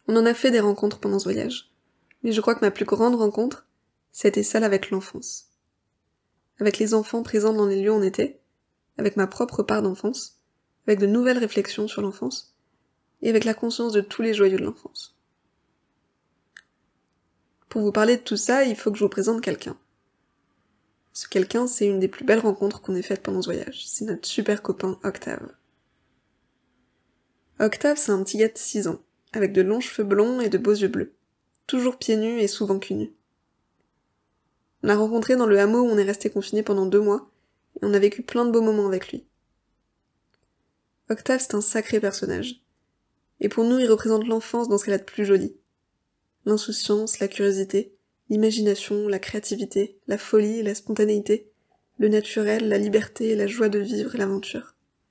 On en a fait des rencontres pendant ce voyage, mais je crois que ma plus grande rencontre, c'était celle avec l'enfance. Avec les enfants présents dans les lieux où on était, avec ma propre part d'enfance, avec de nouvelles réflexions sur l'enfance, et avec la conscience de tous les joyeux de l'enfance. Pour vous parler de tout ça, il faut que je vous présente quelqu'un. Ce quelqu'un, c'est une des plus belles rencontres qu'on ait faites pendant ce voyage. C'est notre super copain Octave. Octave, c'est un petit gars de 6 ans, avec de longs cheveux blonds et de beaux yeux bleus. Toujours pieds nus et souvent cul nu. On l'a rencontré dans le hameau où on est resté confiné pendant 2 mois, et on a vécu plein de beaux moments avec lui. Octave, c'est un sacré personnage. Et pour nous, il représente l'enfance dans ce qu'elle a de plus joli. L'insouciance, la curiosité, l'imagination, la créativité, la folie, la spontanéité, le naturel, la liberté, la joie de vivre et l'aventure.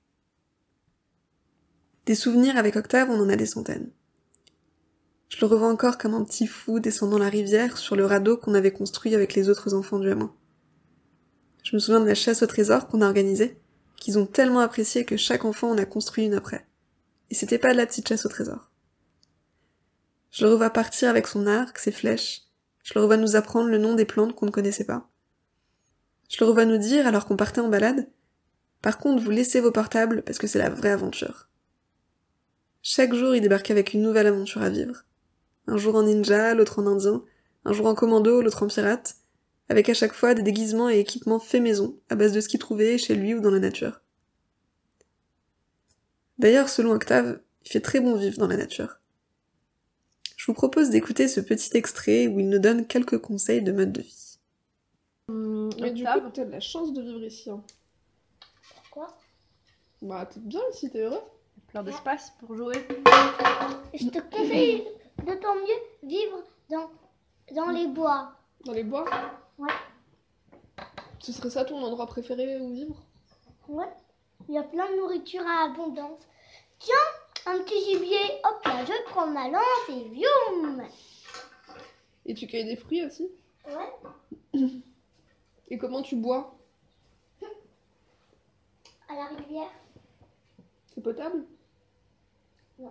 Des souvenirs avec Octave, on en a des centaines. Je le revois encore comme un petit fou descendant la rivière sur le radeau qu'on avait construit avec les autres enfants du hameau. Je me souviens de la chasse au trésor qu'on a organisée, qu'ils ont tellement apprécié que chaque enfant en a construit une après. Et c'était pas de la petite chasse au trésor. Je le revois partir avec son arc, ses flèches. Je le revois nous apprendre le nom des plantes qu'on ne connaissait pas. Je le revois nous dire, alors qu'on partait en balade, « Par contre, vous laissez vos portables parce que c'est la vraie aventure. » Chaque jour, il débarquait avec une nouvelle aventure à vivre. Un jour en ninja, l'autre en indien, un jour en commando, l'autre en pirate, avec à chaque fois des déguisements et équipements faits maison, à base de ce qu'il trouvait chez lui ou dans la nature. D'ailleurs, selon Octave, il fait très bon vivre dans la nature. Je vous propose d'écouter ce petit extrait où il nous donne quelques conseils de mode de vie. Mais du coup, t'as de la chance de vivre ici. Hein. Pourquoi ? Bah, t'es bien ici, t'es heureux. Il y a plein d'espace pour jouer. Je te conseille d'autant mieux vivre dans les bois. Dans les bois ? Ouais. Ce serait ça ton endroit préféré où vivre ? Ouais. Il y a plein de nourriture à abondance. Tiens, un petit gibier. Hop là, je prends ma lance et vioum. Et tu cueilles des fruits aussi ? Ouais. Et comment tu bois ? À la rivière. C'est potable ? Non.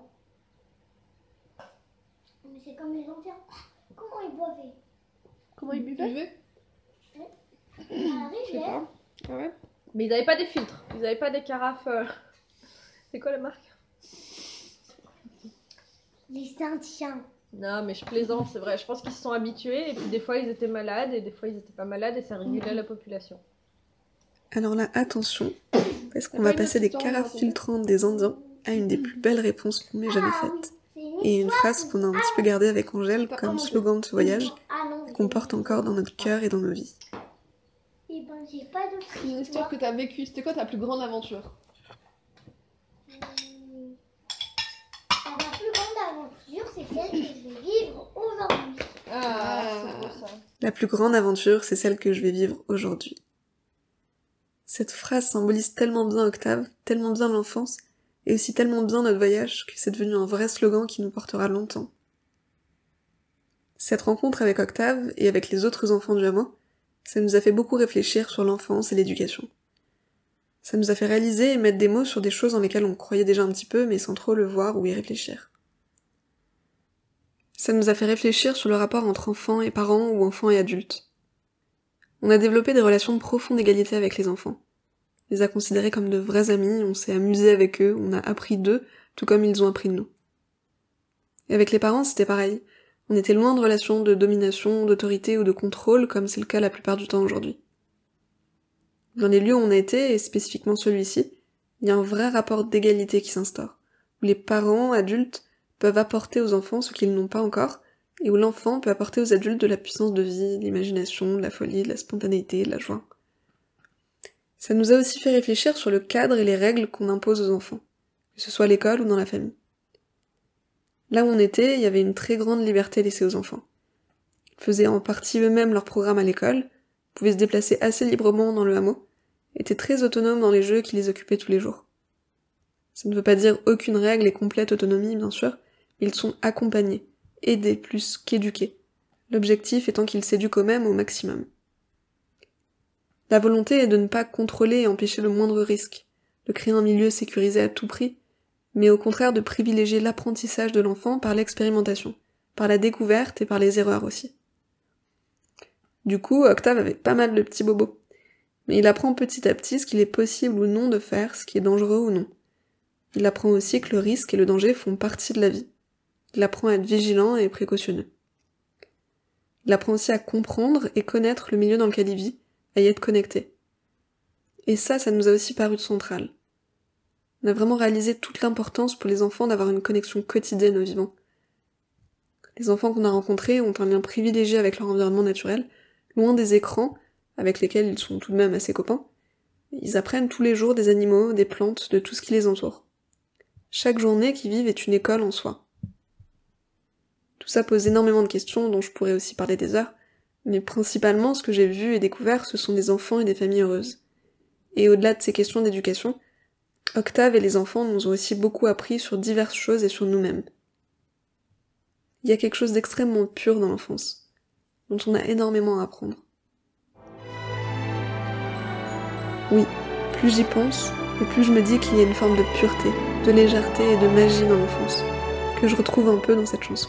Mais c'est comme les anciens. Comment ils boivaient ? Comment ils buvaient ? À la Je sais rivière. pas. Ah ouais ? Mais ils avaient pas des filtres, ils avaient pas des carafes. C'est quoi la marque ? Les Indiens. Non, mais je plaisante, c'est vrai. Je pense qu'ils se sont habitués et puis des fois ils étaient malades et des fois ils étaient pas malades et ça régulait la population. Alors là, attention, parce qu'on va passer des carafes filtrantes des Indiens à une des plus belles réponses qu'on ait jamais faites. Et une phrase qu'on a un petit peu gardée avec Angèle comme slogan de ce voyage, et qu'on porte encore dans notre cœur et dans nos vies. Eh ben, j'ai pas d'autre C'est une histoire que t'as vécue. C'était quoi ta plus grande aventure ? La plus grande aventure, c'est celle que je vais vivre aujourd'hui. C'est beau ça. La plus grande aventure, c'est celle que je vais vivre aujourd'hui. Cette phrase symbolise tellement bien Octave, tellement bien l'enfance, et aussi tellement bien notre voyage que c'est devenu un vrai slogan qui nous portera longtemps. Cette rencontre avec Octave et avec les autres enfants du hameau, ça nous a fait beaucoup réfléchir sur l'enfance et l'éducation. Ça nous a fait réaliser et mettre des mots sur des choses dans lesquelles on croyait déjà un petit peu, mais sans trop le voir ou y réfléchir. Ça nous a fait réfléchir sur le rapport entre enfants et parents ou enfants et adultes. On a développé des relations de profonde égalité avec les enfants. On les a considérés comme de vrais amis, on s'est amusé avec eux, on a appris d'eux, tout comme ils ont appris de nous. Et avec les parents, c'était pareil. On était loin de relations de domination, d'autorité ou de contrôle, comme c'est le cas la plupart du temps aujourd'hui. Dans les lieux où on a été, et spécifiquement celui-ci, il y a un vrai rapport d'égalité qui s'instaure, où les parents, adultes, peuvent apporter aux enfants ce qu'ils n'ont pas encore, et où l'enfant peut apporter aux adultes de la puissance de vie, de l'imagination, de la folie, de la spontanéité, de la joie. Ça nous a aussi fait réfléchir sur le cadre et les règles qu'on impose aux enfants, que ce soit à l'école ou dans la famille. Là où on était, il y avait une très grande liberté laissée aux enfants. Ils faisaient en partie eux-mêmes leur programme à l'école, pouvaient se déplacer assez librement dans le hameau, étaient très autonomes dans les jeux qui les occupaient tous les jours. Ça ne veut pas dire aucune règle et complète autonomie, bien sûr, mais ils sont accompagnés, aidés plus qu'éduqués, l'objectif étant qu'ils s'éduquent eux-mêmes au maximum. La volonté est de ne pas contrôler et empêcher le moindre risque, de créer un milieu sécurisé à tout prix, mais au contraire de privilégier l'apprentissage de l'enfant par l'expérimentation, par la découverte et par les erreurs aussi. Du coup, Octave avait pas mal de petits bobos, mais il apprend petit à petit ce qu'il est possible ou non de faire, ce qui est dangereux ou non. Il apprend aussi que le risque et le danger font partie de la vie. Il apprend à être vigilant et précautionneux. Il apprend aussi à comprendre et connaître le milieu dans lequel il vit, à y être connecté. Et ça nous a aussi paru central. On a vraiment réalisé toute l'importance pour les enfants d'avoir une connexion quotidienne au vivant. Les enfants qu'on a rencontrés ont un lien privilégié avec leur environnement naturel, loin des écrans, avec lesquels ils sont tout de même assez copains. Ils apprennent tous les jours des animaux, des plantes, de tout ce qui les entoure. Chaque journée qu'ils vivent est une école en soi. Tout ça pose énormément de questions dont je pourrais aussi parler des heures, mais principalement ce que j'ai vu et découvert, ce sont des enfants et des familles heureuses. Et au-delà de ces questions d'éducation, Octave et les enfants nous ont aussi beaucoup appris sur diverses choses et sur nous-mêmes. Il y a quelque chose d'extrêmement pur dans l'enfance, dont on a énormément à apprendre. Oui, plus j'y pense, et plus je me dis qu'il y a une forme de pureté, de légèreté et de magie dans l'enfance, que je retrouve un peu dans cette chanson.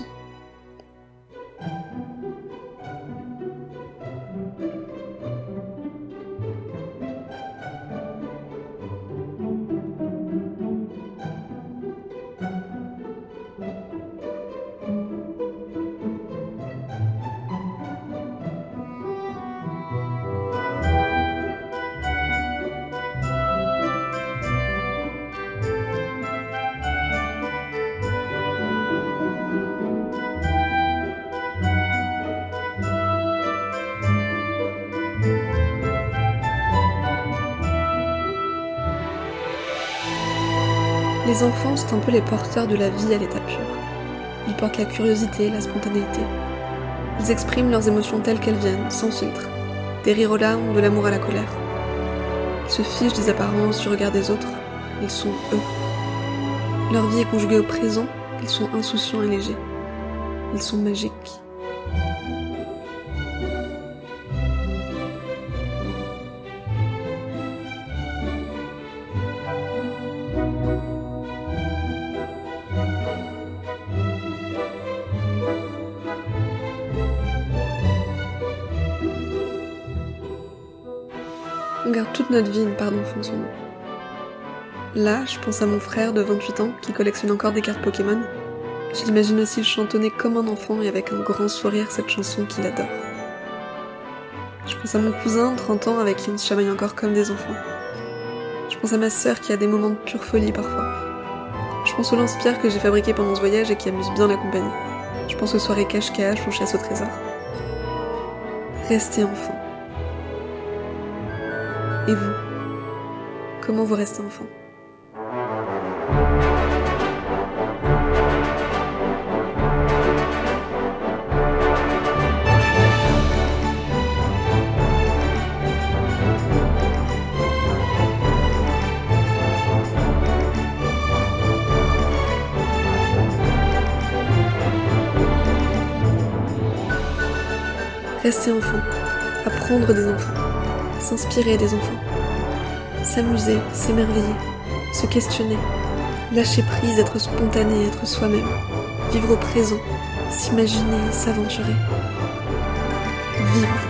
Les enfants sont un peu les porteurs de la vie à l'état pur. Ils portent la curiosité, la spontanéité. Ils expriment leurs émotions telles qu'elles viennent, sans filtre. Des rires aux larmes, de l'amour à la colère. Ils se fichent des apparences, du regard des autres. Ils sont eux. Leur vie est conjuguée au présent, ils sont insouciants et légers. Ils sont magiques. On garde toute notre vie une part d'enfance en nous. Là, je pense à mon frère de 28 ans qui collectionne encore des cartes Pokémon. Je l'imagine aussi chantonner comme un enfant et avec un grand sourire cette chanson qu'il adore. Je pense à mon cousin de 30 ans avec qui on se chamaille encore comme des enfants. Je pense à ma sœur qui a des moments de pure folie parfois. Je pense au lance-pierre que j'ai fabriqué pendant ce voyage et qui amuse bien la compagnie. Je pense aux soirées cache-cache ou chasse au trésor. Restez enfant. Et vous, comment vous restez enfant ? Rester enfant, apprendre des enfants, s'inspirer des enfants, s'amuser, s'émerveiller, se questionner, lâcher prise, être spontané, être soi-même, vivre au présent, s'imaginer, s'aventurer, vivre.